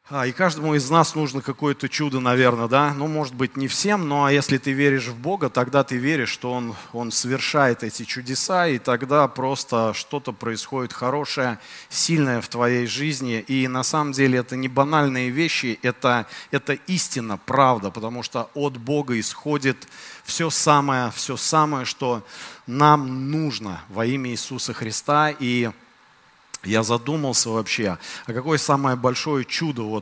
И каждому из нас нужно какое-то чудо, наверное, да? Ну, может быть, не всем, но если ты веришь в Бога, тогда ты веришь, что Он совершает эти чудеса, и тогда просто что-то происходит хорошее, сильное в твоей жизни. И на самом деле это не банальные вещи, это истина, правда, потому что от Бога исходит все самое, что нам нужно во имя Иисуса Христа. И я задумался вообще, а какое самое большое чудо,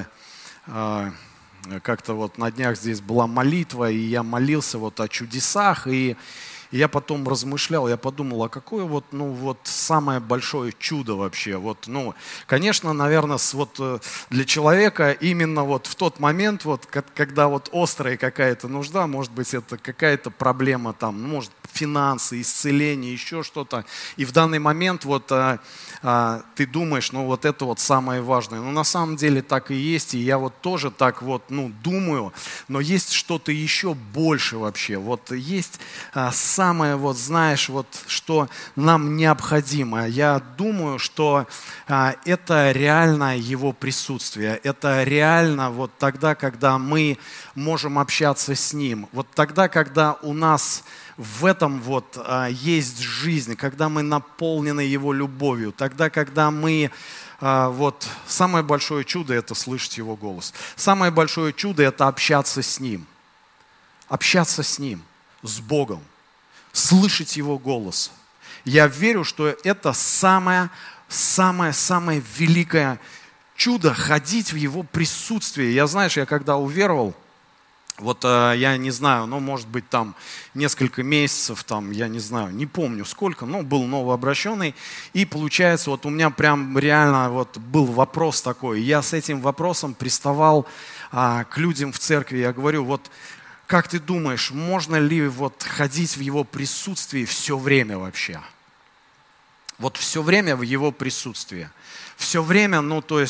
как-то на днях здесь была молитва, и я молился о чудесах, и я потом размышлял, я подумал, а какое самое большое чудо вообще? Конечно, наверное, для человека именно в тот момент, когда острая какая-то нужда, может быть, это какая-то проблема, может, финансы, исцеление, еще что-то, и в данный момент ты думаешь, это самое важное. Но на самом деле так и есть, и я тоже так думаю, но есть что-то еще больше вообще. Есть самое, что нам необходимо. Я думаю, что это реально Его присутствие. Это реально тогда, когда мы можем общаться с Ним. Тогда, когда у нас в этом есть жизнь, когда мы наполнены Его любовью. Тогда, когда мы... самое большое чудо – это слышать Его голос. Самое большое чудо – это общаться с Ним. Общаться с Ним, с Богом. Слышать Его голос. Я верю, что это самое великое чудо – ходить в Его присутствии. Я когда уверовал, я не знаю, может быть, несколько месяцев, я не знаю, не помню сколько, но был новообращенный. И получается, у меня прям реально был вопрос такой. Я с этим вопросом приставал к людям в церкви. Я говорю, как ты думаешь, можно ли ходить в Его присутствии все время вообще? Все время в Его присутствии. Все время,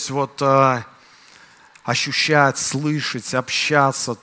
ощущать, слышать, общаться.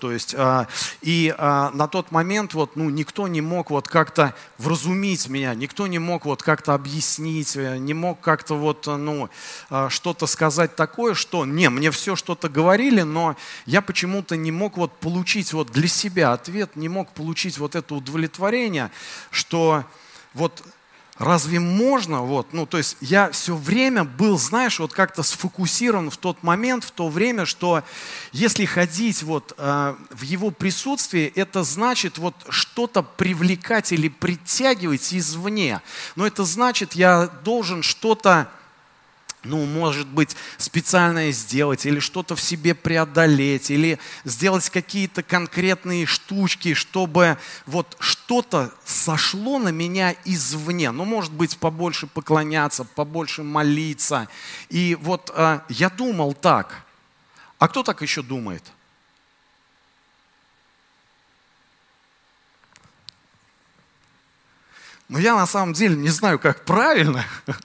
На тот момент никто не мог как-то вразумить меня, никто не мог как-то объяснить, не мог как-то что-то сказать такое, что мне все что-то говорили, но я почему-то не мог получить для себя ответ, не мог получить это удовлетворение, что разве можно? Я все время был, как-то сфокусирован в тот момент, в то время, что если ходить в Его присутствии, это значит что-то привлекать или притягивать извне. Но это значит, я должен что-то, может быть, специальное сделать, или что-то в себе преодолеть, или сделать какие-то конкретные штучки, чтобы что-то сошло на меня извне. Может быть, побольше поклоняться, побольше молиться. И я думал так. А кто так еще думает? Я на самом деле не знаю, как правильно.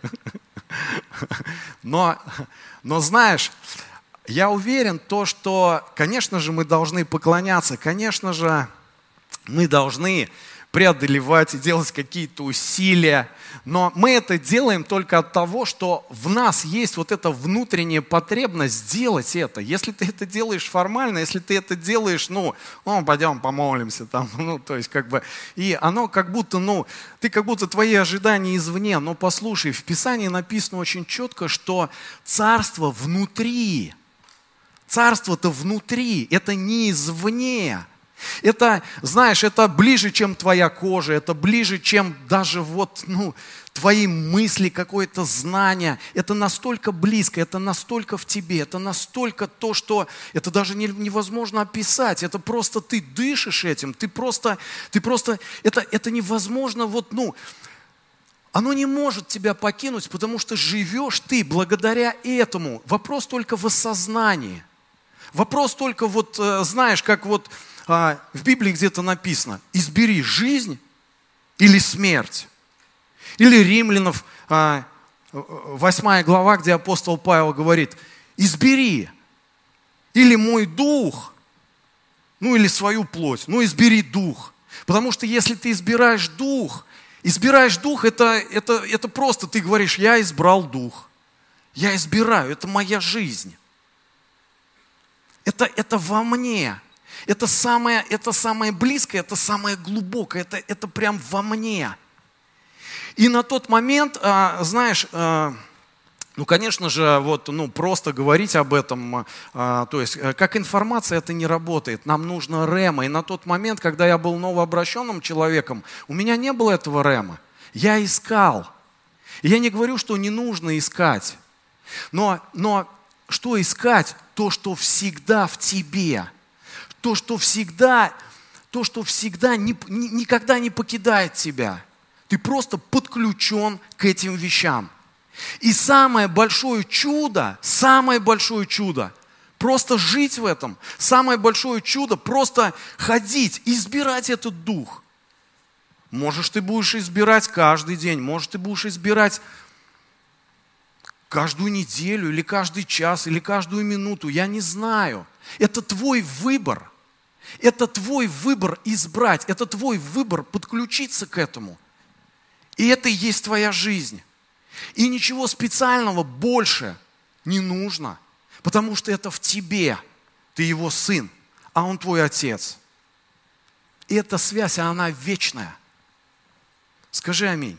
Но знаешь, я уверен, что, конечно же, мы должны поклоняться, конечно же, мы должны преодолевать и делать какие-то усилия, но мы это делаем только от того, что в нас есть эта внутренняя потребность сделать это. Если ты это делаешь формально, если ты это делаешь, пойдем помолимся, и оно как будто, твои ожидания извне, но послушай, в Писании написано очень четко, что царство внутри, царство-то внутри, это не извне. Это, это ближе, чем твоя кожа, это ближе, чем даже твои мысли, какое-то знание. Это настолько близко, это настолько в тебе, это настолько то, что это даже невозможно описать. Это просто ты дышишь этим, это невозможно, оно не может тебя покинуть, потому что живешь ты благодаря этому. Вопрос только в осознании. Вопрос только как в Библии где-то написано: избери жизнь или смерть. Или Римлянам 8 глава, где апостол Павел говорит: избери или мой дух, или свою плоть, избери дух. Потому что если ты избираешь дух, это просто ты говоришь: я избрал дух, я избираю, это моя жизнь. Это во мне. Это самое близкое, это самое глубокое, это прям во мне. И на тот момент, знаешь, ну, конечно же, вот, ну, просто говорить об этом, то есть, как информация это не работает. Нам нужно рема. И на тот момент, когда я был новообращенным человеком, у меня не было этого рема. Я искал. И я не говорю, что не нужно искать. Но что искать? То, что всегда в тебе. То, что всегда никогда не покидает тебя. Ты просто подключен к этим вещам. И самое большое чудо, просто жить в этом. Самое большое чудо просто ходить, избирать этот дух. Можешь ты будешь избирать каждый день, может ты будешь избирать каждую неделю, или каждый час, или каждую минуту, я не знаю. Это твой выбор. Это твой выбор избрать, это твой выбор подключиться к этому. И это и есть твоя жизнь. И ничего специального больше не нужно, потому что это в тебе. Ты его сын, а он твой отец. И эта связь, она вечная. Скажи аминь.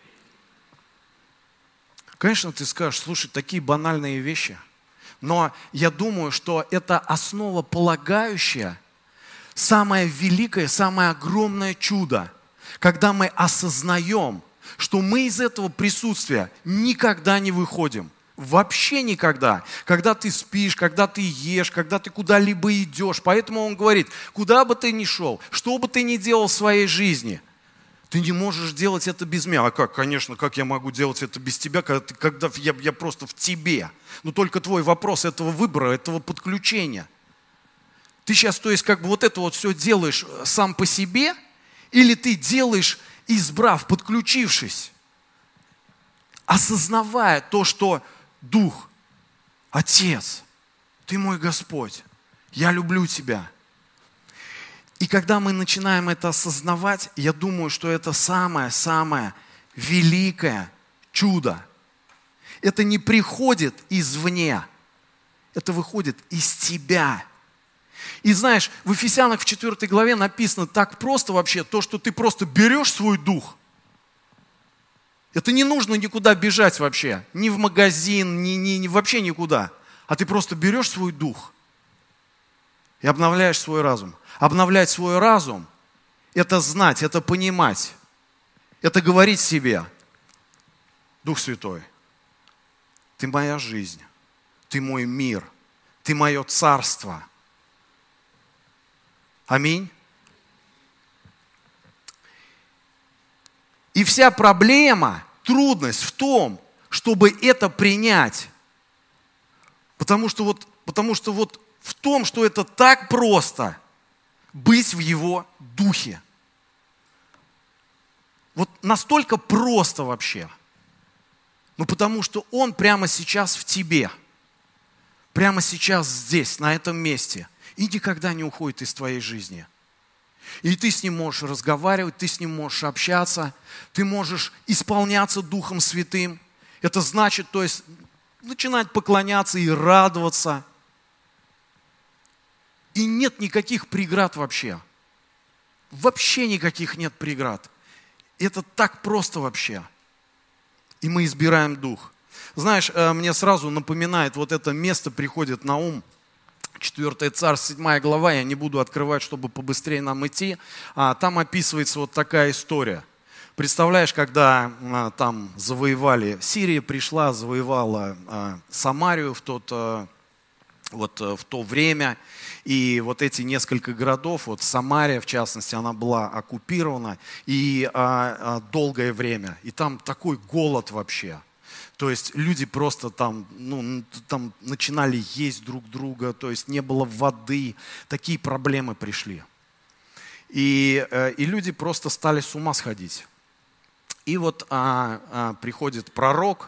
Конечно, ты скажешь, слушай, такие банальные вещи. Но я думаю, что это основополагающее, самое великое, самое огромное чудо, когда мы осознаем, что мы из этого присутствия никогда не выходим. Вообще никогда. Когда ты спишь, когда ты ешь, когда ты куда-либо идешь. Поэтому он говорит, куда бы ты ни шел, что бы ты ни делал в своей жизни, ты не можешь делать это без меня. А как? Конечно, как я могу делать это без тебя, когда я просто в тебе? Но только твой вопрос этого выбора, этого подключения. Ты сейчас, то есть, как бы вот это вот все делаешь сам по себе, или ты делаешь, избрав, подключившись, осознавая то, что Дух, Отец, Ты мой Господь, я люблю Тебя. И когда мы начинаем это осознавать, я думаю, что это самое-самое великое чудо. Это не приходит извне, это выходит из тебя. И знаешь, в Ефесянах в 4 главе написано так просто вообще, то, что ты просто берешь свой дух. Это не нужно никуда бежать вообще, ни в магазин, вообще никуда. А ты просто берешь свой дух и обновляешь свой разум. Обновлять свой разум – это знать, это понимать, это говорить себе: Дух Святой, Ты моя жизнь, Ты мой мир, Ты мое царство. Аминь. И вся проблема, трудность в том, чтобы это принять. Потому что вот в том, что это так просто быть в Его Духе. Вот настолько просто вообще. Ну потому что Он прямо сейчас в тебе. Прямо сейчас здесь, на этом месте. И никогда не уходит из твоей жизни. И ты с Ним можешь разговаривать, ты с Ним можешь общаться, ты можешь исполняться Духом Святым. Это значит, то есть, начинать поклоняться и радоваться. И нет никаких преград вообще. Вообще никаких нет преград. Это так просто вообще. И мы избираем Дух. Знаешь, мне сразу напоминает, вот это место приходит на ум. 4 Царств, 7 глава, я не буду открывать, чтобы побыстрее нам идти. Там описывается вот такая история. Представляешь, когда там завоевали, Сирия пришла, завоевала Самарию в то время. И вот эти несколько городов, вот Самария в частности, она была оккупирована и долгое время. И там такой голод вообще. То есть люди просто там начинали есть друг друга, то есть не было воды, такие проблемы пришли. И люди просто стали с ума сходить. И вот приходит пророк,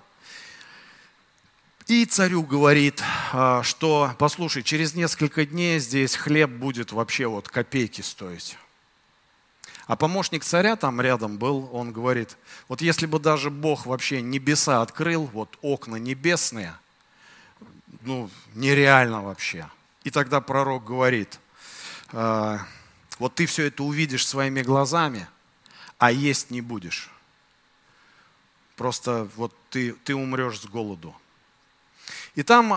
и царю говорит, что, послушай, через несколько дней здесь хлеб будет вообще вот копейки стоить. А помощник царя там рядом был, он говорит, вот если бы даже Бог вообще небеса открыл, вот окна небесные, нереально вообще. И тогда пророк говорит, вот ты все это увидишь своими глазами, а есть не будешь. Просто вот ты умрешь с голоду. И там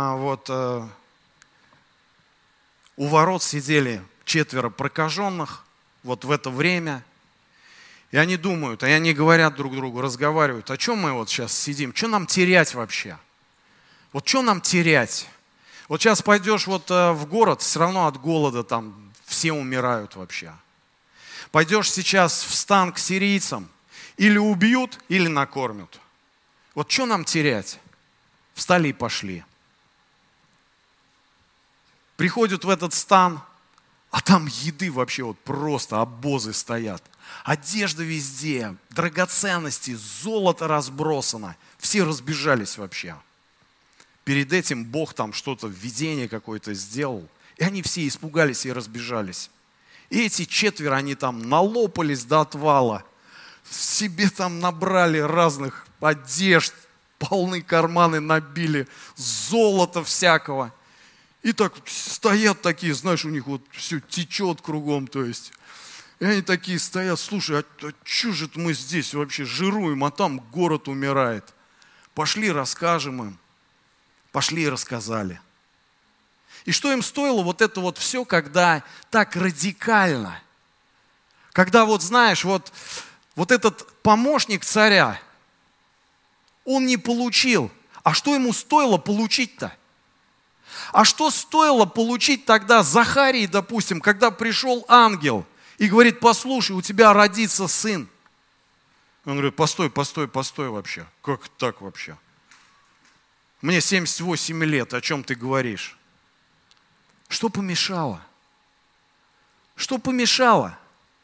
у ворот сидели 4 прокаженных вот в это время. И они думают, и они говорят друг другу, разговаривают, о чем мы вот сейчас сидим, что нам терять вообще? Вот что нам терять? Вот сейчас пойдешь вот в город, все равно от голода там все умирают вообще. Пойдешь сейчас в стан к сирийцам, или убьют, или накормят. Вот что нам терять? Встали и пошли. Приходят в этот стан, а там еды вообще вот просто обозы стоят. Одежда везде, драгоценности, золото разбросано. Все разбежались вообще. Перед этим Бог там что-то, видение какое-то сделал. И они все испугались и разбежались. И эти 4, они там налопались до отвала. Себе там набрали разных одежд, полные карманы набили, золота всякого. И так стоят такие, знаешь, у них вот все течет кругом, то есть. И они такие стоят, слушай, а что же мы здесь вообще жируем, а там город умирает. Пошли расскажем им. Пошли и рассказали. И что им стоило вот это вот все, когда так радикально, когда вот знаешь, вот этот помощник царя, он не получил. А что ему стоило получить-то? А что стоило получить тогда Захарии, допустим, когда пришел ангел и говорит, послушай, у тебя родится сын. Он говорит, постой вообще. Как так вообще? Мне 78 лет, о чем ты говоришь? Что помешало? Что помешало?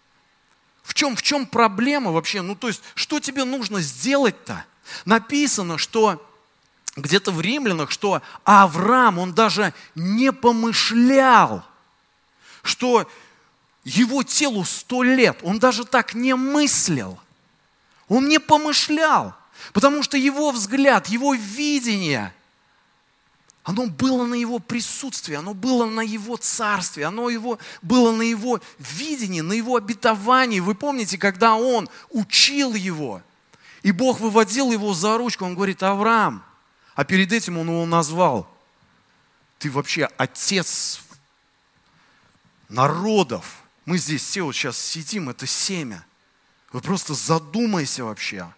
В чем проблема вообще? Ну, то есть, что тебе нужно сделать-то? Написано, что где-то в Римлянах, что Авраам, он даже не помышлял, что его телу 100 лет. Он даже так не мыслил. Он не помышлял. Потому что его взгляд, его видение, оно было на его присутствии, оно было на его царстве, оно было на его видении, на его обетовании. Вы помните, когда он учил его, и Бог выводил его за ручку, он говорит, Авраам, а перед этим он его назвал, ты вообще отец народов. Мы здесь все вот сейчас сидим, это семя. Вы просто задумайся вообще.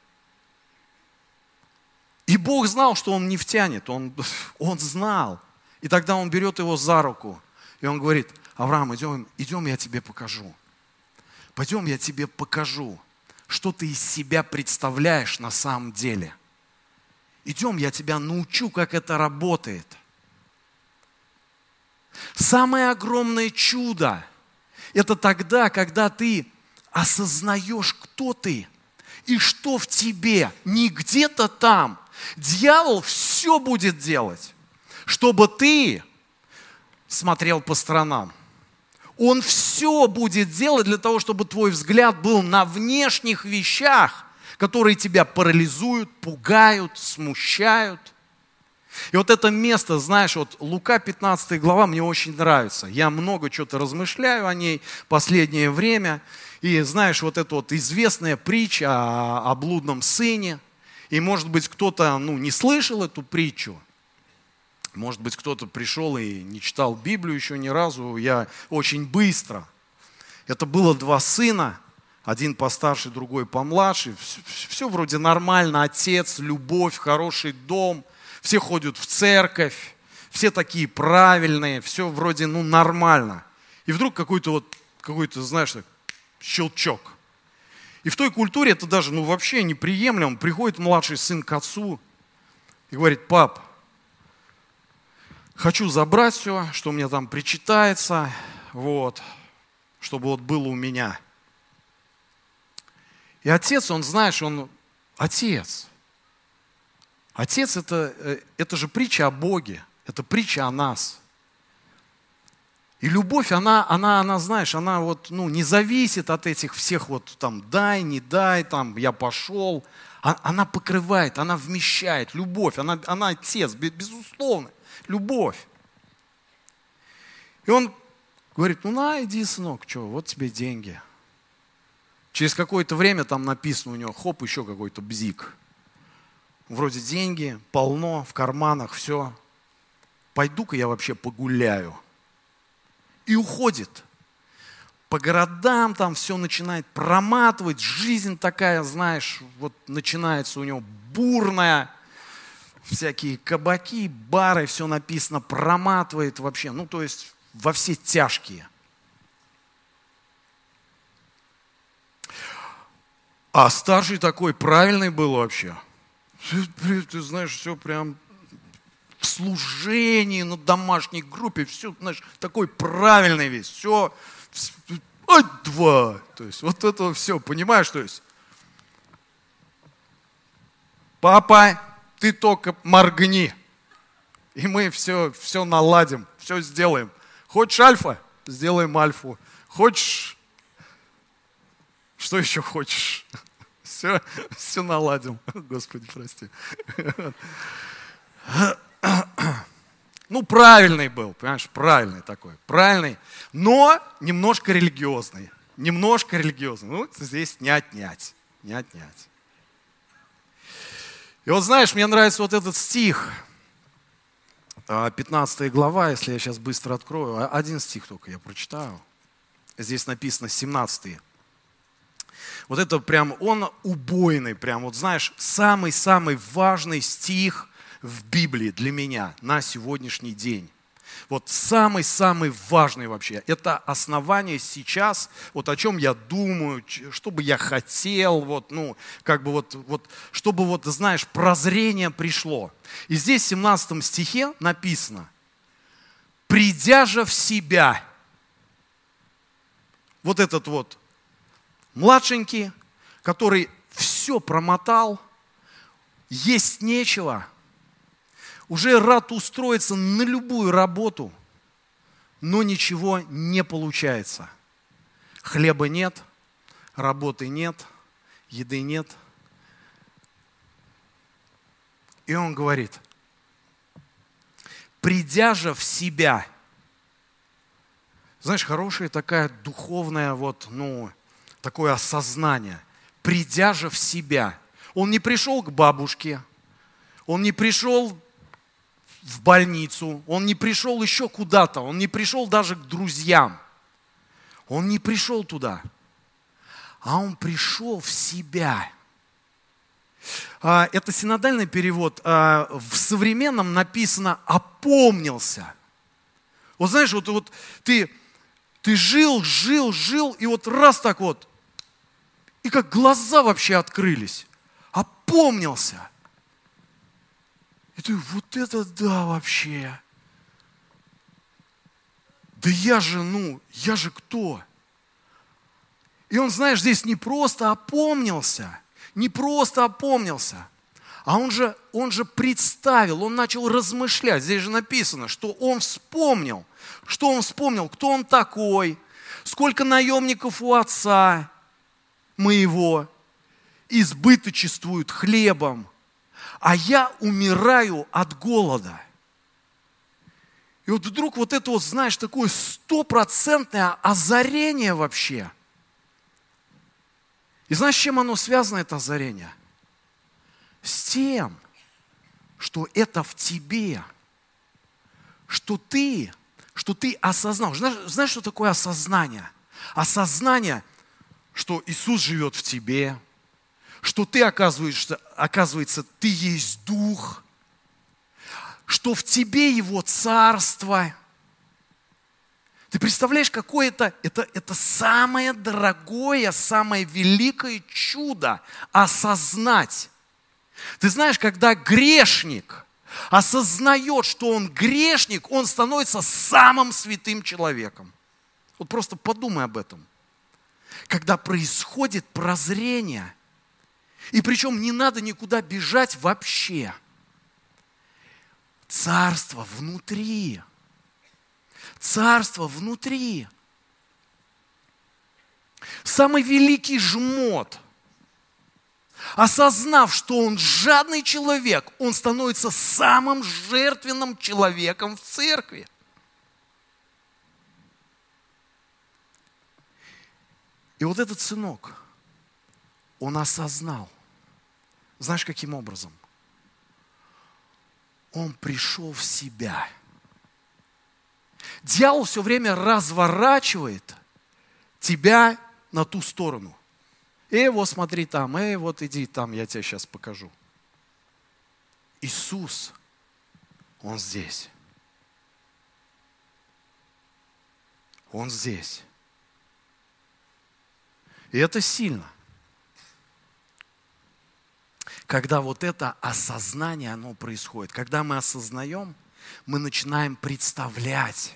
И Бог знал, что он не втянет, он знал. И тогда он берет его за руку, и он говорит, Авраам, идем, я тебе покажу. Пойдем, я тебе покажу, что ты из себя представляешь на самом деле. Идем, я тебя научу, как это работает. Самое огромное чудо – это тогда, когда ты осознаешь, кто ты и что в тебе, не где-то там. Дьявол все будет делать, чтобы ты смотрел по сторонам. Он все будет делать для того, чтобы твой взгляд был на внешних вещах, которые тебя парализуют, пугают, смущают. И вот это место, знаешь, вот Лука 15 глава мне очень нравится. Я много чего-то размышляю о ней в последнее время. И знаешь, вот эта вот известная притча о блудном сыне. И может быть кто-то не слышал эту притчу. Может быть кто-то пришел и не читал Библию еще ни разу. Я очень быстро. Это было 2 сына. Один постарше, другой помладше. Все вроде нормально. Отец, любовь, хороший дом. Все ходят в церковь. Все такие правильные. Все вроде нормально. И вдруг какой-то, знаешь, щелчок. И в той культуре это даже вообще неприемлемо. Приходит младший сын к отцу и говорит, пап, хочу забрать все, что мне там причитается, чтобы было у меня. И отец, он, знаешь, отец. Отец это же притча о Боге, это притча о нас. И любовь, она, знаешь, она не зависит от этих всех дай, не дай, я пошел. Она покрывает, она вмещает. Любовь, она отец, безусловно, любовь. И он говорит, ну на, иди, сынок, что, вот тебе деньги. Через какое-то время там написано у него, хоп, еще какой-то бзик. Вроде деньги, полно, в карманах, все. Пойду-ка я вообще погуляю. И уходит. По городам там все начинает проматывать. Жизнь такая, знаешь, вот начинается у него бурная. Всякие кабаки, бары, все написано, проматывает вообще. Ну, то есть во все тяжкие. А старший такой правильный был вообще. Ты знаешь, все прям в служении, на домашней группе, все, знаешь, такой правильный весь, все, два. То есть вот это все, понимаешь, то есть. Папа, ты только моргни, и мы все наладим, все сделаем. Хочешь альфа? Сделаем альфу. Хочешь, что еще хочешь? Все наладим. Господи, прости. Ну, правильный был, понимаешь, правильный такой. Правильный, но немножко религиозный. Немножко религиозный. Ну, здесь не отнять. Не отнять. И вот знаешь, мне нравится вот этот стих. 15 глава, если я сейчас быстро открою. Один стих только я прочитаю. Здесь написано 17. Вот это прям, он убойный, прям, вот знаешь, самый-самый важный стих в Библии для меня на сегодняшний день. Вот самый-самый важный вообще. Это основание сейчас, вот о чем я думаю, что бы я хотел, вот, ну, как бы вот, чтобы вот, знаешь, прозрение пришло. И здесь в 17 стихе написано, «Придя же в себя». Вот этот вот младшенький, который все промотал, есть нечего, уже рад устроиться на любую работу, но ничего не получается. Хлеба нет, работы нет, еды нет. И он говорит, придя же в себя, знаешь, хорошая такая духовная вот, ну, такое осознание. Придя же в себя. Он не пришел к бабушке, он не пришел в больницу, он не пришел еще куда-то, он не пришел даже к друзьям. Он не пришел туда, а он пришел в себя. Это синодальный перевод. В современном написано «опомнился». Вот знаешь, вот ты жил, и вот раз так вот, и как глаза вообще открылись. Опомнился. И ты, вот это да вообще. Да я же кто? И он, знаешь, здесь не просто опомнился, а он же представил, он начал размышлять. Здесь же написано, что он вспомнил. Что он вспомнил? Кто он такой? Сколько наемников у отца моего избыточествуют хлебом, а я умираю от голода. И вот вдруг вот это вот, знаешь, такое 100% озарение вообще. И знаешь, с чем оно связано, это озарение? С тем, что это в тебе, что ты осознал. Знаешь, что такое осознание? Осознание, что Иисус живет в тебе, что ты, оказывается, ты есть Дух, что в тебе Его Царство. Ты представляешь, какое это самое дорогое, самое великое чудо осознать. Ты знаешь, когда грешник осознает, что он грешник, он становится самым святым человеком. Вот просто подумай об этом. Когда происходит прозрение, и причем не надо никуда бежать вообще. Царство внутри. Царство внутри. Самый великий жмот, осознав, что он жадный человек, он становится самым жертвенным человеком в церкви. И вот этот сынок, он осознал. Знаешь, каким образом? Он пришел в себя. Дьявол все время разворачивает тебя на ту сторону. Вот смотри там, вот иди там, я тебе сейчас покажу. Иисус, Он здесь. Он здесь. И это сильно. Когда вот это осознание, оно происходит. Когда мы осознаем, мы начинаем представлять.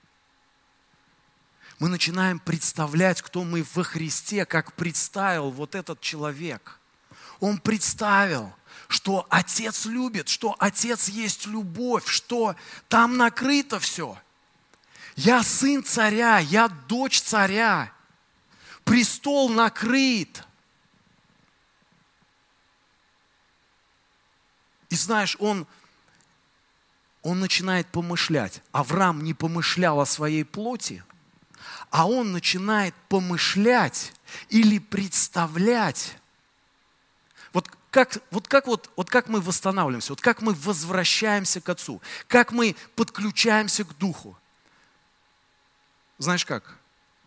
Мы начинаем представлять, кто мы во Христе, как представил вот этот человек. Он представил, что Отец любит, что Отец есть любовь, что там накрыто все. Я сын царя, я дочь царя. Престол накрыт. И знаешь, он начинает помышлять. Авраам не помышлял о своей плоти, а он начинает помышлять или представлять. Вот как мы восстанавливаемся, вот как мы возвращаемся к Отцу, как мы подключаемся к Духу. Знаешь как?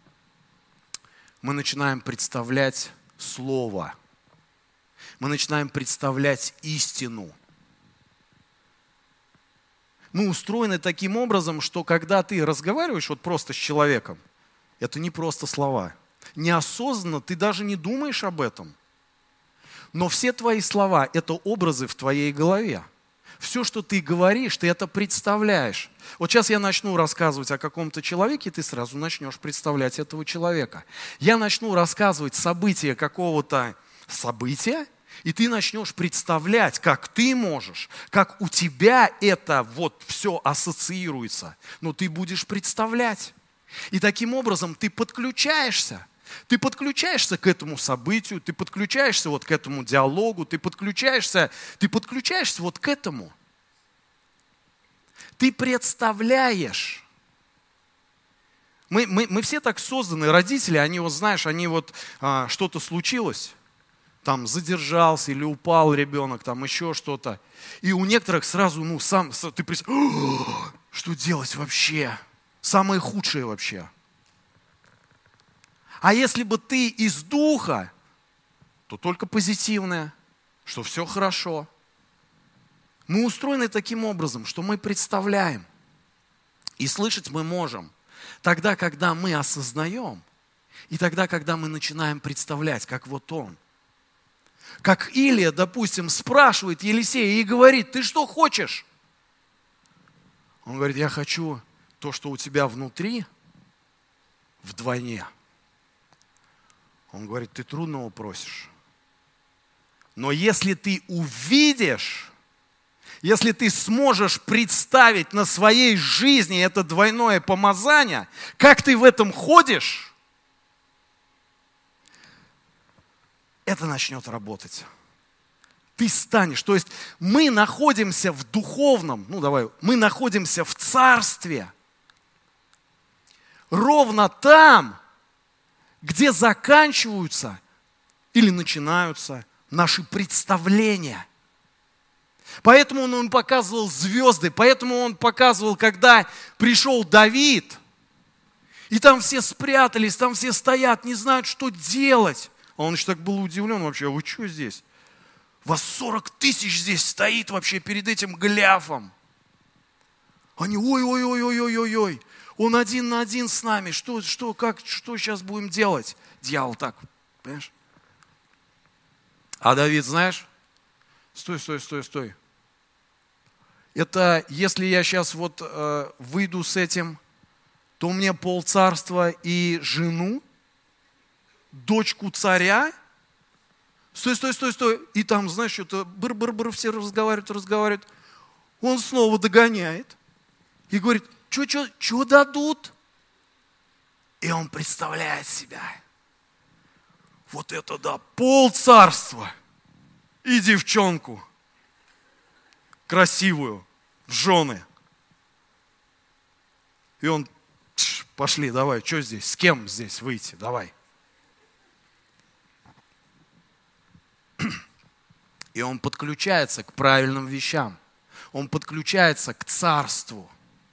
Мы начинаем представлять Слово. Мы начинаем представлять истину. Мы устроены таким образом, что когда ты разговариваешь вот просто с человеком, это не просто слова. Неосознанно ты даже не думаешь об этом. Но все твои слова – это образы в твоей голове. Все, что ты говоришь, ты это представляешь. Вот сейчас я начну рассказывать о каком-то человеке, и ты сразу начнешь представлять этого человека. Я начну рассказывать события какого-то события, и ты начнешь представлять, как ты можешь, как у тебя это вот все ассоциируется. Но ты будешь представлять. И таким образом ты подключаешься. Ты подключаешься к этому событию, ты подключаешься вот к этому диалогу, ты подключаешься вот к этому. Ты представляешь. Мы все так созданы, родители, они вот, знаешь, что-то случилось, там задержался или упал ребенок, там еще что-то. И у некоторых сразу, ты представляешь, что делать вообще? Самое худшее вообще. А если бы ты из духа, то только позитивное, что все хорошо. Мы устроены таким образом, что мы представляем. И слышать мы можем тогда, когда мы осознаем, и тогда, когда мы начинаем представлять, как вот он. Как Илия, допустим, спрашивает Елисея и говорит: ты что хочешь? Он говорит: я хочу то, что у тебя внутри, вдвойне. Он говорит: ты трудного просишь. Но если ты увидишь, если ты сможешь представить на своей жизни это двойное помазание, как ты в этом ходишь, это начнет работать. Ты станешь. То есть мы находимся в духовном, мы находимся в царстве. Ровно там, где заканчиваются или начинаются наши представления. Поэтому он показывал звезды, поэтому он показывал, когда пришел Давид, и там все спрятались, там все стоят, не знают, что делать. А он еще так был удивлен вообще: а вы что здесь? Вас 40 тысяч здесь стоит вообще перед этим Голиафом. Они: ой-ой-ой-ой-ой-ой, он один на один с нами, что сейчас будем делать? Дьявол так, понимаешь? А Давид, знаешь, стой. Это если я сейчас выйду с этим, то мне полцарства и жену, дочку царя. Стой. И там, знаешь, что-то быр-быр-быр, все разговаривают. Он снова догоняет и говорит: что дадут? И он представляет себя. Вот это да, полцарства. И девчонку красивую в жены. И он: пошли, давай, что здесь, с кем здесь выйти, давай. И он подключается к правильным вещам. Он подключается к царству.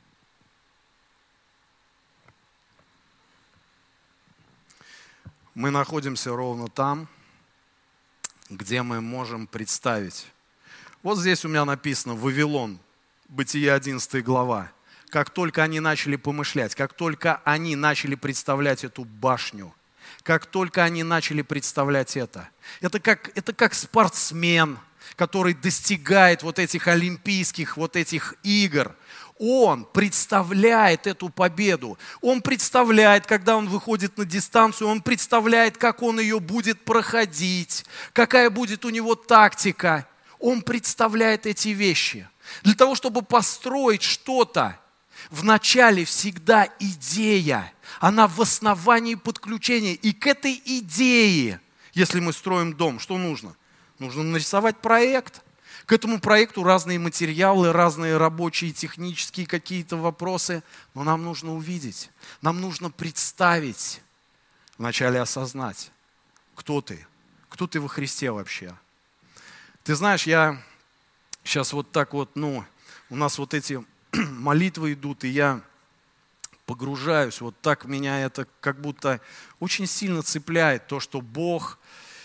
Мы находимся ровно там, где мы можем представить. Вот здесь у меня написано «Вавилон», Бытие 11 глава. Как только они начали помышлять, как только они начали представлять эту башню, как только они начали представлять это как спортсмен, который достигает вот этих олимпийских, вот этих игр. Он представляет эту победу. Он представляет, когда он выходит на дистанцию, он представляет, как он ее будет проходить, какая будет у него тактика. Он представляет эти вещи. Для того, чтобы построить что-то, вначале всегда идея. Она в основании подключения. И к этой идее, если мы строим дом, что нужно? Нужно нарисовать проект. К этому проекту разные материалы, разные рабочие, технические какие-то вопросы. Но нам нужно увидеть, нам нужно представить, вначале осознать, кто ты во Христе вообще. Ты знаешь, я сейчас вот так вот, у нас вот эти молитвы идут, и я погружаюсь, вот так меня это как будто очень сильно цепляет, то, что Бог,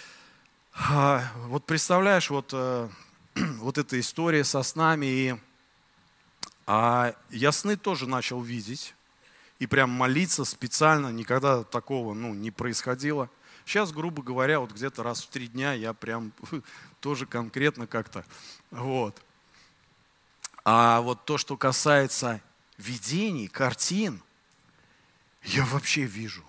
вот представляешь, вот эта история со снами, и я сны тоже начал видеть, и прям молиться специально, никогда такого не происходило. Сейчас, грубо говоря, вот где-то раз в 3 дня я прям тоже конкретно как-то, вот. А вот то, что касается видений, картин, я вообще вижу.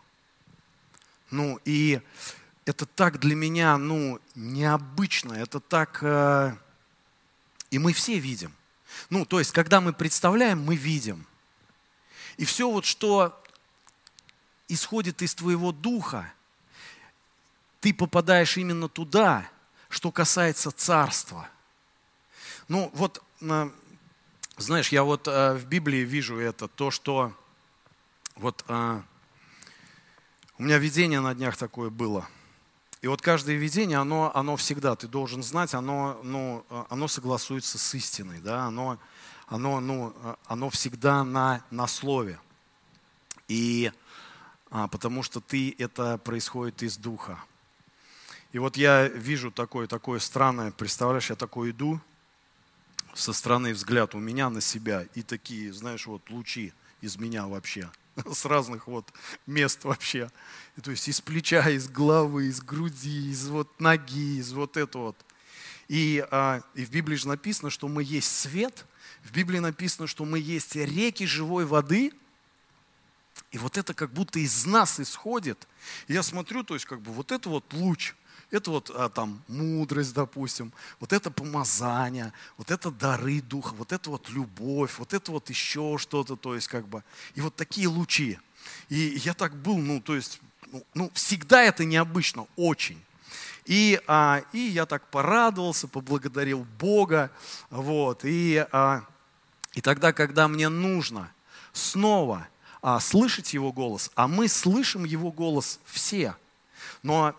И это так для меня, необычно, это так, и мы все видим. То есть, когда мы представляем, мы видим. И все вот, что исходит из твоего духа, ты попадаешь именно туда, что касается царства. Знаешь, я вот в Библии вижу это, то, что вот у меня видение на днях такое было. И вот каждое видение, оно всегда, ты должен знать, оно согласуется с истиной, да? Оно всегда на слове. И потому что это происходит из духа. И вот я вижу такое странное, представляешь, я такой иду, со стороны взгляд у меня на себя, и такие, знаешь, вот лучи из меня вообще, с разных вот мест вообще. И, то есть из плеча, из головы, из груди, из вот ноги, из вот этого вот. И в Библии же написано, что мы есть свет, в Библии написано, что мы есть реки живой воды, и вот это как будто из нас исходит. И я смотрю, то есть как бы вот это вот луч, это вот там мудрость, допустим, вот это помазание, вот это дары духа, вот это вот любовь, вот это вот еще что-то, то есть как бы, и вот такие лучи. И я так был, то есть, всегда это необычно, очень. И я так порадовался, поблагодарил Бога, вот, и тогда, когда мне нужно снова слышать Его голос, а мы слышим Его голос все, но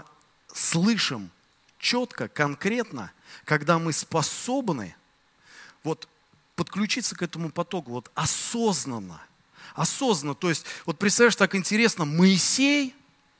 слышим четко, конкретно, когда мы способны вот подключиться к этому потоку, вот осознанно, то есть, вот представляешь, так интересно, Моисей,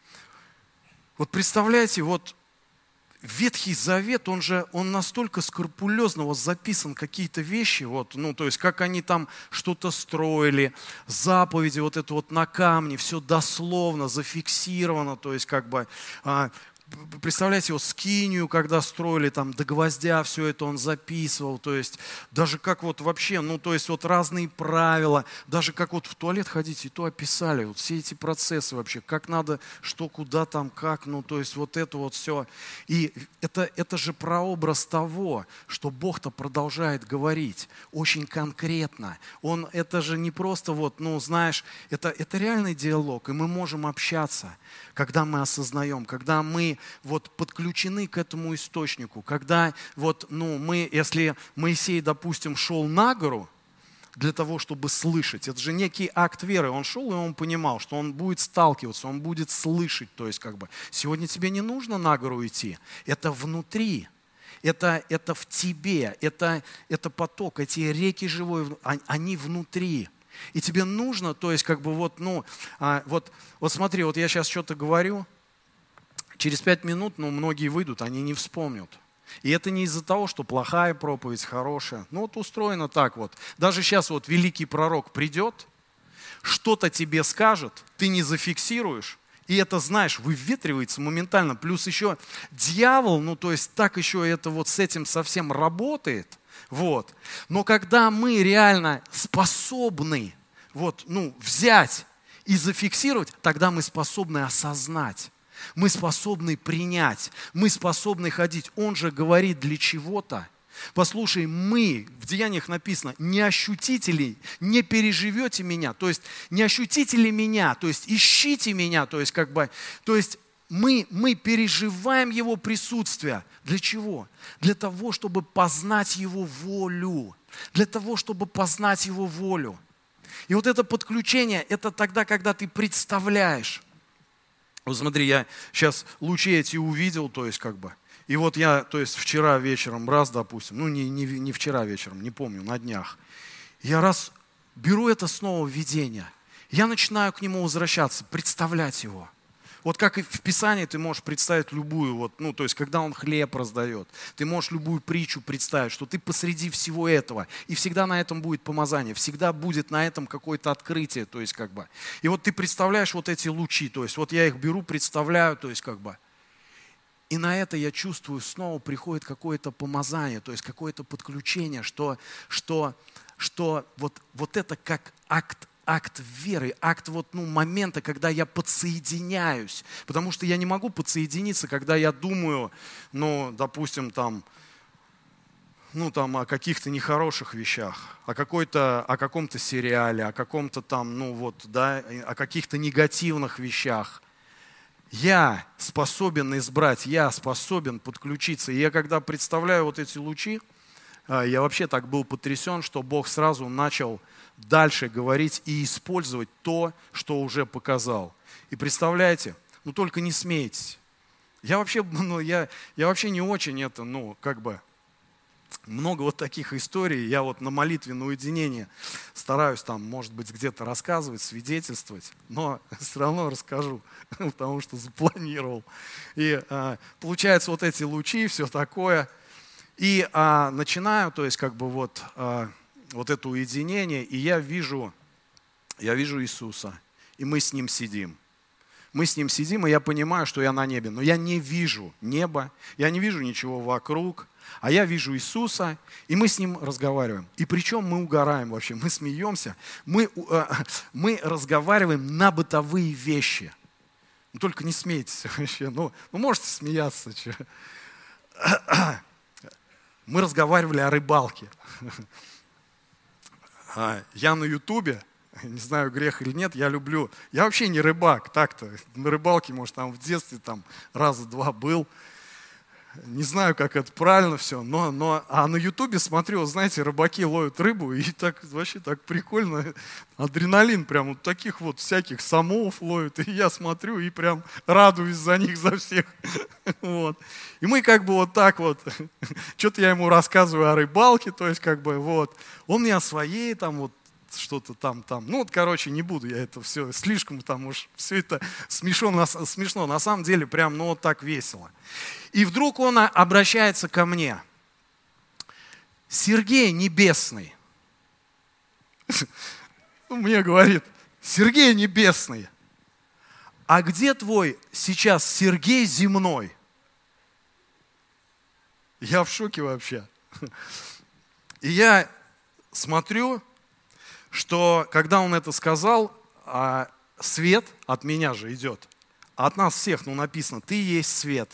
вот представляете, вот Ветхий Завет, он настолько скрупулезно вот записан какие-то вещи, вот, то есть как они там что-то строили, заповеди вот это вот на камне, все дословно зафиксировано, то есть как бы, представляете, вот скинию, когда строили там до гвоздя, все это он записывал, то есть даже как вот вообще, то есть вот разные правила, даже как вот в туалет ходить, и то описали, вот все эти процессы вообще, как надо, что, куда там, как, то есть вот это вот все. И это же прообраз того, что Бог-то продолжает говорить очень конкретно. Это же не просто вот, знаешь, это реальный диалог, и мы можем общаться, когда мы осознаем, когда мы вот подключены к этому источнику, когда вот, если Моисей, допустим, шел на гору для того, чтобы слышать, это же некий акт веры, он шел, и он понимал, что он будет сталкиваться, он будет слышать, то есть как бы, сегодня тебе не нужно на гору идти, это внутри, это в тебе, это поток, эти реки живой, они внутри. И тебе нужно, то есть как бы вот смотри, вот я сейчас что-то говорю, через 5 минут, многие выйдут, они не вспомнят. И это не из-за того, что плохая проповедь, хорошая. Вот устроено так вот. Даже сейчас вот великий пророк придет, что-то тебе скажет, ты не зафиксируешь, и это, знаешь, выветривается моментально. Плюс еще дьявол, то есть так еще это вот с этим совсем работает. Вот. Но когда мы реально способны взять и зафиксировать, тогда мы способны осознать. Мы способны принять, мы способны ходить. Он же говорит для чего-то. Послушай, мы, в Деяниях написано, не ощутите ли, не переживете меня, то есть не ощутите ли меня, то есть ищите меня, то есть мы переживаем Его присутствие. Для чего? Для того, чтобы познать Его волю. Для того, чтобы познать Его волю. И вот это подключение, это тогда, когда ты представляешь. Вот смотри, я сейчас лучи эти увидел, то есть и вот я, то есть вчера вечером, допустим, не вчера вечером, не помню, на днях, я беру это снова видение, я начинаю к нему возвращаться, представлять его. Вот как и в Писании ты можешь представить любую, то есть когда он хлеб раздает, ты можешь любую притчу представить, что ты посреди всего этого, и всегда на этом будет помазание, всегда будет на этом какое-то открытие, то есть И вот ты представляешь вот эти лучи, то есть вот я их беру, представляю, то есть И на это я чувствую, снова приходит какое-то помазание, то есть какое-то подключение, что вот это как акт веры, акт момента, когда я подсоединяюсь. Потому что я не могу подсоединиться, когда я думаю, допустим, о каких-то нехороших вещах, о каком-то сериале, о каком-то о каких-то негативных вещах. Я способен избрать, я способен подключиться. И я когда представляю вот эти лучи, я вообще так был потрясен, что Бог сразу начал дальше говорить и использовать то, что уже показал. И представляете, только не смейтесь. Я вообще не очень много вот таких историй. Я вот на молитве, на уединении стараюсь может быть, где-то рассказывать, свидетельствовать, но все равно расскажу, потому что запланировал. И получается вот эти лучи, все такое. И начинаю, то есть вот это уединение, и я вижу Иисуса, и мы с Ним сидим. Мы с Ним сидим, и я понимаю, что я на небе, но я не вижу неба, я не вижу ничего вокруг, а я вижу Иисуса, и мы с Ним разговариваем. И причем мы угораем вообще, мы смеемся, мы разговариваем на бытовые вещи. Только не смейтесь вообще, можете смеяться. Мы разговаривали о рыбалке. Я на Ютубе, не знаю, грех или нет, я вообще не рыбак, так-то, на рыбалке, может, в детстве раза 2 был, не знаю, как это правильно все, но на Ютубе смотрю, знаете, рыбаки ловят рыбу, и так вообще так прикольно, адреналин прям вот таких вот всяких самов ловят, и я смотрю и прям радуюсь за них, за всех, вот. И мы вот так вот, что-то я ему рассказываю о рыбалке, то есть вот, он мне о своей что-то там. Не буду я это все, слишком уж все это смешно. На самом деле прям, вот так весело. И вдруг он обращается ко мне. Сергей Небесный. Мне говорит, Сергей Небесный, а где твой сейчас Сергей Земной? Я в шоке вообще. И я смотрю, что когда он это сказал, свет от меня же идет. От нас всех, написано, ты есть свет.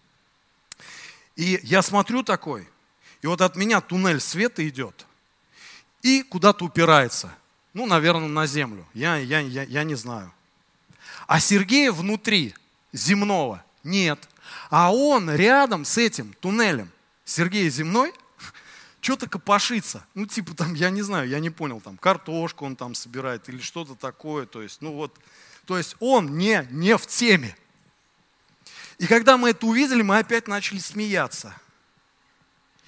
И я смотрю такой, и вот от меня туннель света идет, и куда-то упирается. Наверное, на землю. Я не знаю. А Сергея внутри земного нет. А он рядом с этим туннелем, Сергей земной, что-то копошится. Я не знаю, я не понял, картошку он собирает или что-то такое. То есть он не в теме. И когда мы это увидели, мы опять начали смеяться.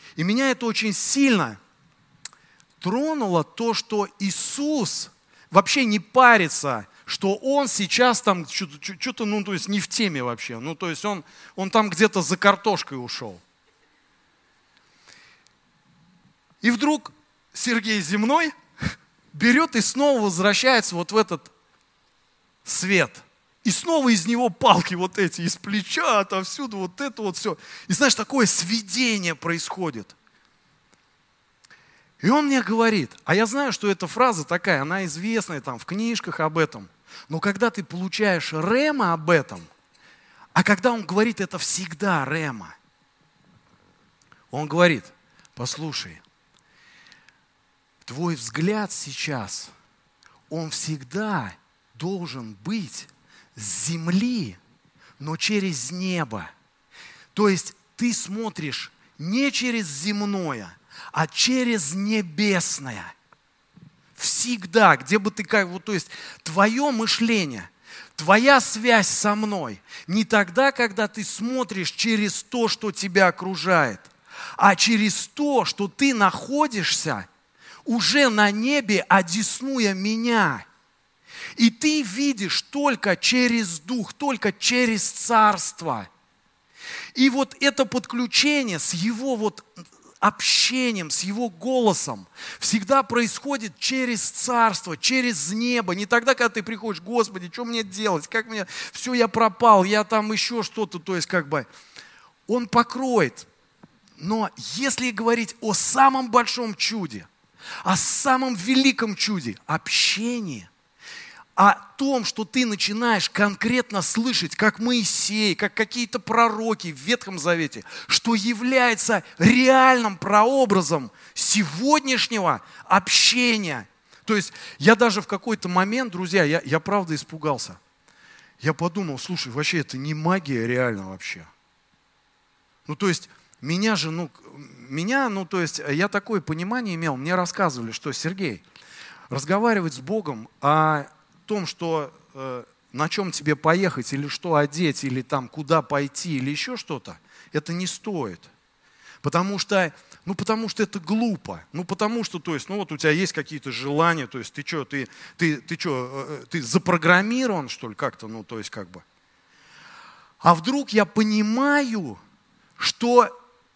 И меня это очень сильно тронуло, то, что Иисус вообще не парится, что Он сейчас там что-то, ну, то есть не в теме вообще. Ну, то есть он там где-то за картошкой ушел. И вдруг Сергей Земной берет и снова возвращается вот в этот свет. И снова из него палки вот эти, из плеча, отовсюду, вот это вот все. И знаешь, такое сведение происходит. И он мне говорит, а я знаю, что эта фраза такая, она известная там в книжках об этом. Но когда ты получаешь рема об этом, а когда он говорит, это всегда рема. Он говорит, послушай, твой взгляд сейчас, он всегда должен быть с земли, но через небо. То есть ты смотришь не через земное, а через небесное. Всегда, где бы ты как, вот, то есть твое мышление, твоя связь со мной не тогда, когда ты смотришь через то, что тебя окружает, а через то, что ты находишься уже на небе, одесную меня. И ты видишь только через Дух, только через Царство. И вот это подключение с Его вот общением, с Его голосом всегда происходит через Царство, через небо. Не тогда, когда ты приходишь, Господи, что мне делать, как мне, все, я пропал, я там еще что-то, то есть как бы Он покроет. Но если говорить о самом большом чуде, о самом великом чуде, общении, о том, что ты начинаешь конкретно слышать, как Моисей, как какие-то пророки в Ветхом Завете, что является реальным прообразом сегодняшнего общения. То есть я даже в какой-то момент, друзья, я правда испугался. Я подумал, слушай, вообще это не магия реально вообще. Ну то есть меня, то есть я такое понимание имел, мне рассказывали, что Сергей, разговаривать с Богом о том, что на чем тебе поехать, или что одеть, или там куда пойти, или еще что-то, это не стоит. Потому что это глупо. Потому что, то есть, вот у тебя есть какие-то желания, то есть ты что, ты запрограммирован, что ли, как-то, то есть как бы. А вдруг я понимаю, что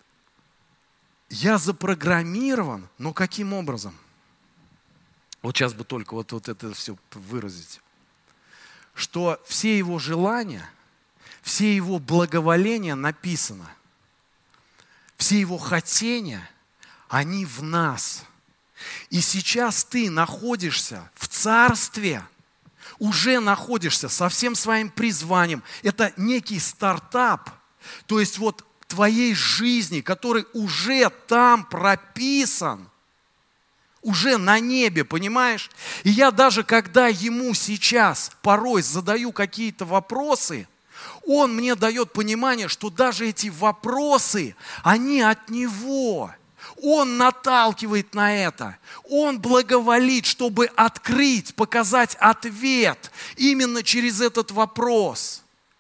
я запрограммирован, но каким образом? Вот сейчас бы только вот это все выразить. Что все его желания, все его благоволения написано. Все его хотения, они в нас. И сейчас ты находишься в царстве, уже находишься со всем своим призванием. Это некий стартап, то есть вот твоей жизни, который уже там прописан. Уже на небе, понимаешь? И я даже, когда ему сейчас порой задаю какие-то вопросы, он мне дает понимание, что даже эти вопросы, они от него. Он наталкивает на это. Он благоволит, чтобы открыть, показать ответ именно через этот вопрос.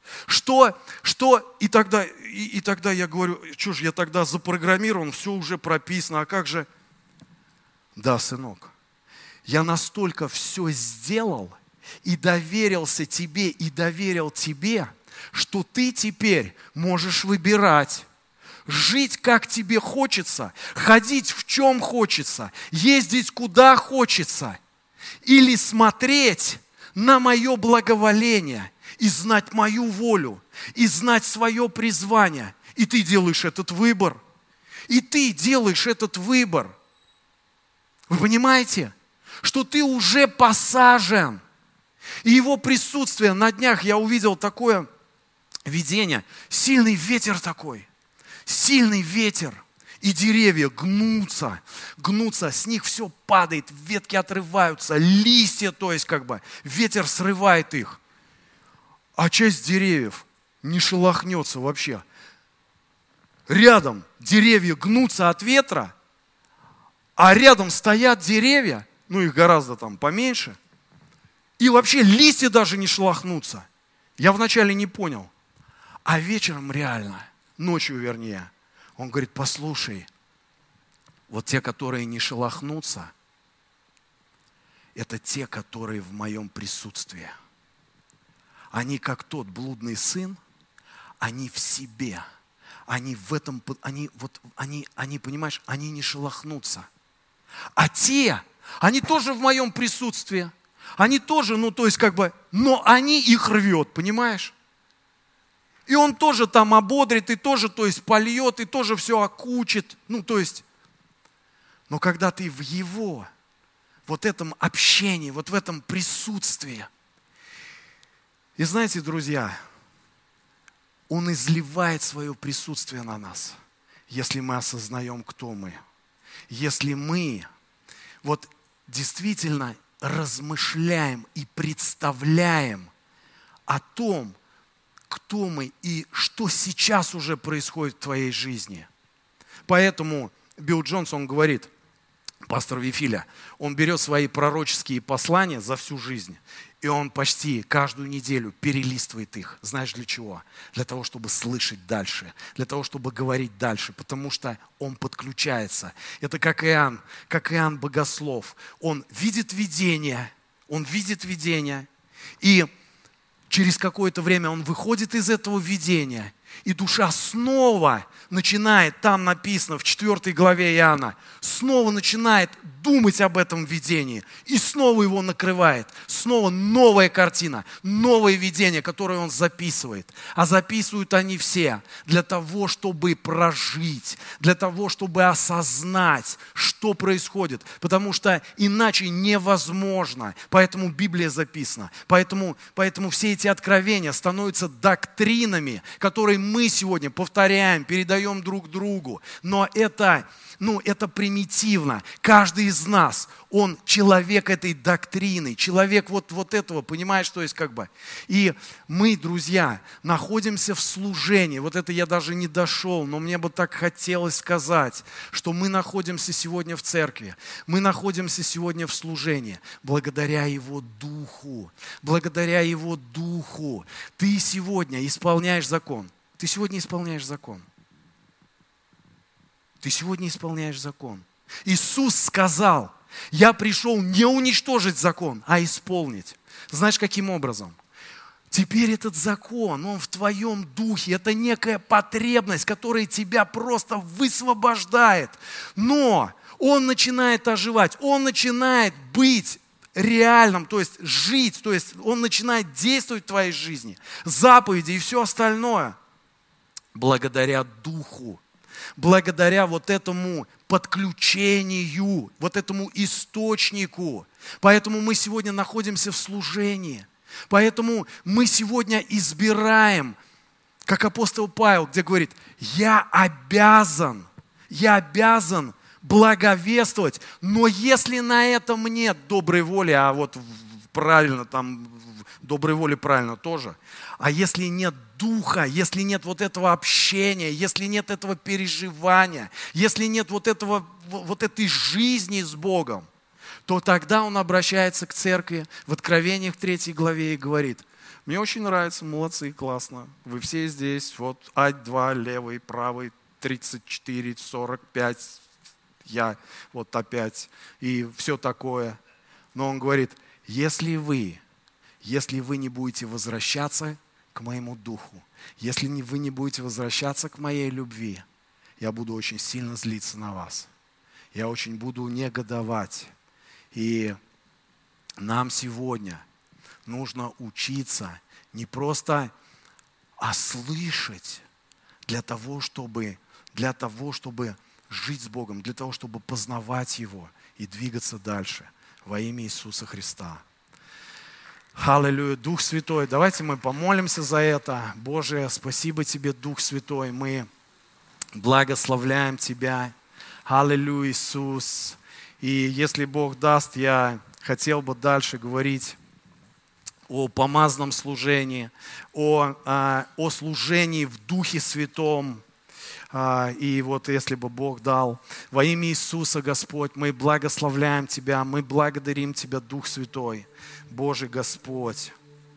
И тогда я говорю, что же я тогда запрограммирован, все уже прописано, а как же... Да, сынок, я настолько все сделал и доверился тебе, и доверил тебе, что ты теперь можешь выбирать, жить как тебе хочется, ходить в чем хочется, ездить куда хочется, или смотреть на мое благоволение и знать мою волю, и знать свое призвание. И ты делаешь этот выбор. И ты делаешь этот выбор. Вы понимаете, что ты уже посажен. И его присутствие, на днях я увидел такое видение, сильный ветер такой, сильный ветер, и деревья гнутся, с них все падает, ветки отрываются, листья, то есть как бы ветер срывает их, а часть деревьев не шелохнется вообще. Рядом деревья гнутся от ветра, а рядом стоят деревья, их гораздо там поменьше, и вообще листья даже не шелохнутся. Я вначале не понял. А вечером реально, ночью вернее, он говорит, послушай, Вот те, которые не шелохнутся, это те, которые в моем присутствии. Они как тот блудный сын, они в себе. Они в этом, они, понимаешь, они не шелохнутся. А те, они тоже в моем присутствии. Они тоже, но они их рвет, понимаешь? И он тоже там ободрит, и тоже, польет, и тоже все окучит. Но когда ты в его, вот этом общении, вот в этом присутствии. И знаете, друзья, он изливает свое присутствие на нас, если мы осознаем, кто мы. Если мы действительно размышляем и представляем о том, кто мы и что сейчас уже происходит в твоей жизни. Поэтому Билл Джонс, он говорит, пастор Вифиля, он берет свои пророческие послания за всю жизнь, и он почти каждую неделю перелистывает их. Знаешь для чего? Для того, чтобы слышать дальше, для того, чтобы говорить дальше, потому что он подключается. Это как Иоанн Богослов. Он видит видение, и через какое-то время он выходит из этого видения, и душа снова начинает, там написано в 4 главе Иоанна, снова начинает думать об этом видении, и снова его накрывает, снова новая картина, новое видение, которое он записывает. А записывают они все для того, чтобы прожить, для того, чтобы осознать, что происходит, потому что иначе невозможно. Поэтому Библия записана, поэтому все эти откровения становятся доктринами, которые мы сегодня повторяем, передаем друг другу. Но это примитивно. Каждый из нас, он человек этой доктрины, человек вот этого, понимаешь, И мы, друзья, находимся в служении. Вот это я даже не дошел, но мне бы так хотелось сказать, что мы находимся сегодня в церкви, мы находимся сегодня в служении благодаря Его Духу. Благодаря Его Духу. Ты сегодня исполняешь закон. Ты сегодня исполняешь закон. Ты сегодня исполняешь закон. Иисус сказал, я пришел не уничтожить закон, а исполнить. Знаешь, каким образом? Теперь этот закон, он в твоем духе. Это некая потребность, которая тебя просто высвобождает. Но он начинает оживать, он начинает быть реальным, то есть жить, то есть он начинает действовать в твоей жизни. Заповеди и все остальное. Благодаря Духу. Благодаря вот этому подключению, вот этому источнику. Поэтому мы сегодня находимся в служении. Поэтому мы сегодня избираем, как апостол Павел, где говорит, я обязан благовествовать, но если на этом нет доброй воли, а вот правильно, там доброй воли правильно тоже, а если нет духа, если нет вот этого общения, если нет этого переживания, если нет вот этой жизни с Богом, то тогда он обращается к церкви в Откровениях 3 главе и говорит, мне очень нравится, молодцы, классно, вы все здесь, вот ать-2, левый, правый, 34, 45, я вот опять, и все такое. Но он говорит, если вы не будете возвращаться к моему духу, если вы не будете возвращаться к моей любви, я буду очень сильно злиться на вас. Я очень буду негодовать. И нам сегодня нужно учиться не просто, а слышать для того, чтобы жить с Богом, для того, чтобы познавать Его и двигаться дальше во имя Иисуса Христа. Аллилуйя, Дух Святой, давайте мы помолимся за это. Боже, спасибо Тебе, Дух Святой, мы благословляем Тебя. Аллилуйя, Иисус. И если Бог даст, я хотел бы дальше говорить о помазанном служении, о служении в Духе Святом. И вот если бы Бог дал, во имя Иисуса, Господь, мы благословляем Тебя, мы благодарим Тебя, Дух Святой, Боже Господь.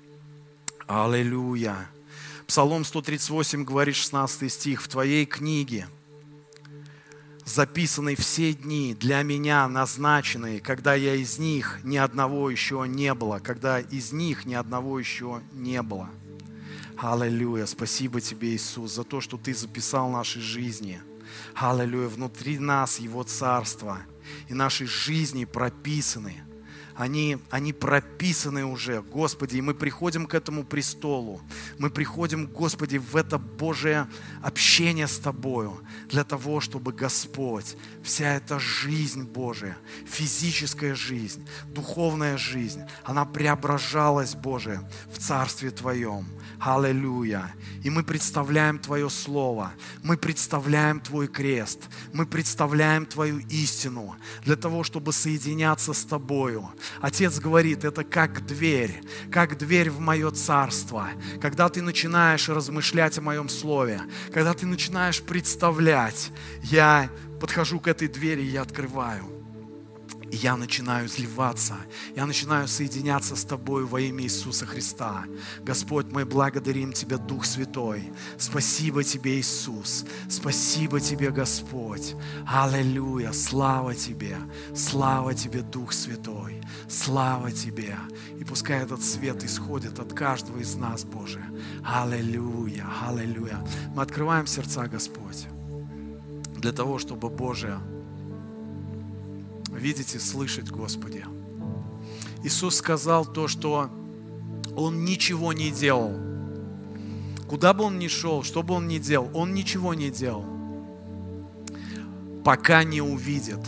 Аллилуйя. Псалом 138 говорит, 16 стих, в Твоей книге записаны все дни для меня назначенные, когда я из них ни одного еще не было, когда из них ни одного еще не было. Аллилуйя. Спасибо Тебе, Иисус, за то, что Ты записал наши жизни. Аллилуйя. Внутри нас Его Царство. И наши жизни прописаны. Они прописаны уже, Господи, и мы приходим к этому престолу. Мы приходим, Господи, в это Божие общение с Тобою, для того, чтобы, Господь, вся эта жизнь Божия, физическая жизнь, духовная жизнь, она преображалась, Боже, в Царстве Твоем. Аллилуйя. И мы представляем Твое Слово, мы представляем Твой крест, мы представляем Твою истину для того, чтобы соединяться с Тобою. Отец говорит, это как дверь в мое царство. Когда ты начинаешь размышлять о моем Слове, когда ты начинаешь представлять, я подхожу к этой двери и я открываю. И я начинаю изливаться, я начинаю соединяться с Тобой во имя Иисуса Христа. Господь, мы благодарим Тебя, Дух Святой. Спасибо Тебе, Иисус. Спасибо Тебе, Господь. Аллилуйя. Слава Тебе, Дух Святой. Слава Тебе. И пускай этот свет исходит от каждого из нас, Боже. Аллилуйя, аллилуйя. Мы открываем сердца, Господь, для того, чтобы, Боже, видеть и слышать, Господи. Иисус сказал то, что Он ничего не делал. Куда бы Он ни шел, что бы Он ни делал, Он ничего не делал, пока не увидит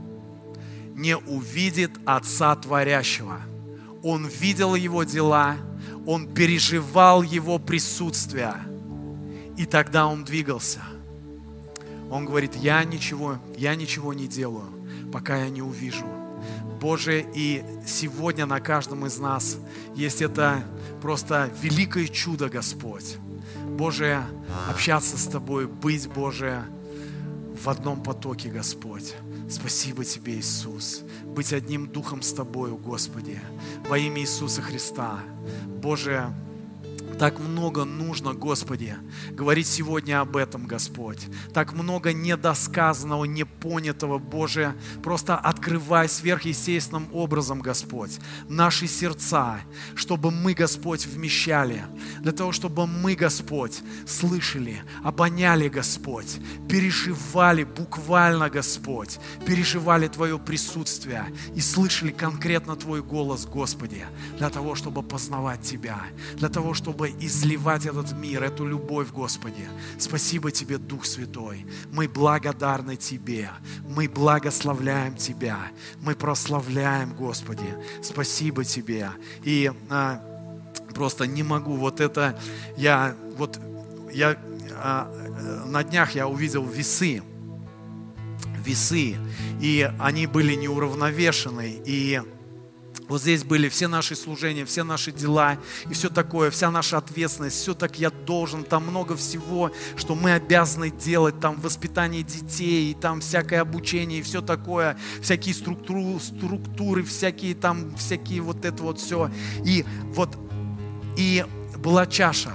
Отца Творящего. Он видел Его дела, Он переживал Его присутствие, и тогда Он двигался. Он говорит, я ничего не делаю, пока я не увижу. Боже, и сегодня на каждом из нас есть это просто великое чудо, Господь. Боже, общаться с Тобой, быть, Боже, в одном потоке, Господь. Спасибо Тебе, Иисус. Быть одним духом с Тобою, Господи, во имя Иисуса Христа. Боже, так много нужно, Господи, говорить сегодня об этом, Господь. Так много недосказанного, непонятого, Боже. Просто открывай сверхъестественным образом, Господь, наши сердца, чтобы мы, Господь, вмещали. Для того, чтобы мы, Господь, слышали, обоняли, Господь, переживали буквально, Господь, переживали Твое присутствие и слышали конкретно Твой голос, Господи, для того, чтобы познавать Тебя, для того, чтобы изливать этот мир, эту любовь, Господи. Спасибо Тебе, Дух Святой. Мы благодарны Тебе. Мы благословляем Тебя. Мы прославляем, Господи. Спасибо Тебе. И просто не могу. На днях я увидел весы, и они были неуравновешены, и вот здесь были все наши служения, все наши дела и все такое, вся наша ответственность, все так я должен, там много всего, что мы обязаны делать, там воспитание детей, и там всякое обучение и все такое, всякие структуры, всякие вот это вот все. И была чаша,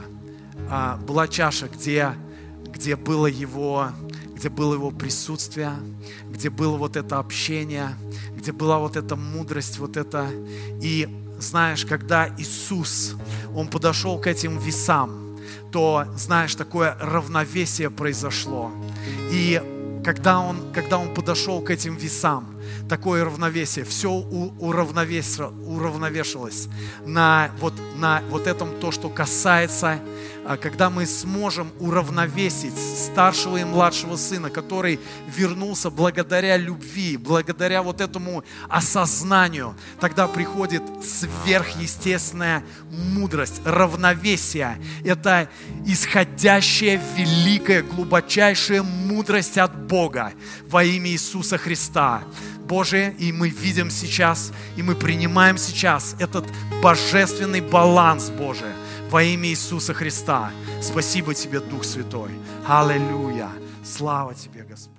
где было его присутствие, где было вот это общение, где была вот эта мудрость, вот это. И знаешь, когда Иисус, Он подошел к этим весам, то, знаешь, такое равновесие произошло. И когда он подошел к этим весам, такое равновесие, все уравновешивалось на вот этом, то, что касается, когда мы сможем уравновесить старшего и младшего сына, который вернулся благодаря любви, благодаря вот этому осознанию, тогда приходит сверхъестественная мудрость, равновесие. Это исходящая, великая, глубочайшая мудрость от Бога во имя Иисуса Христа. Боже, и мы видим сейчас, и мы принимаем сейчас этот божественный баланс, Боже, во имя Иисуса Христа. Спасибо Тебе, Дух Святой. Аллилуйя. Слава Тебе, Господь.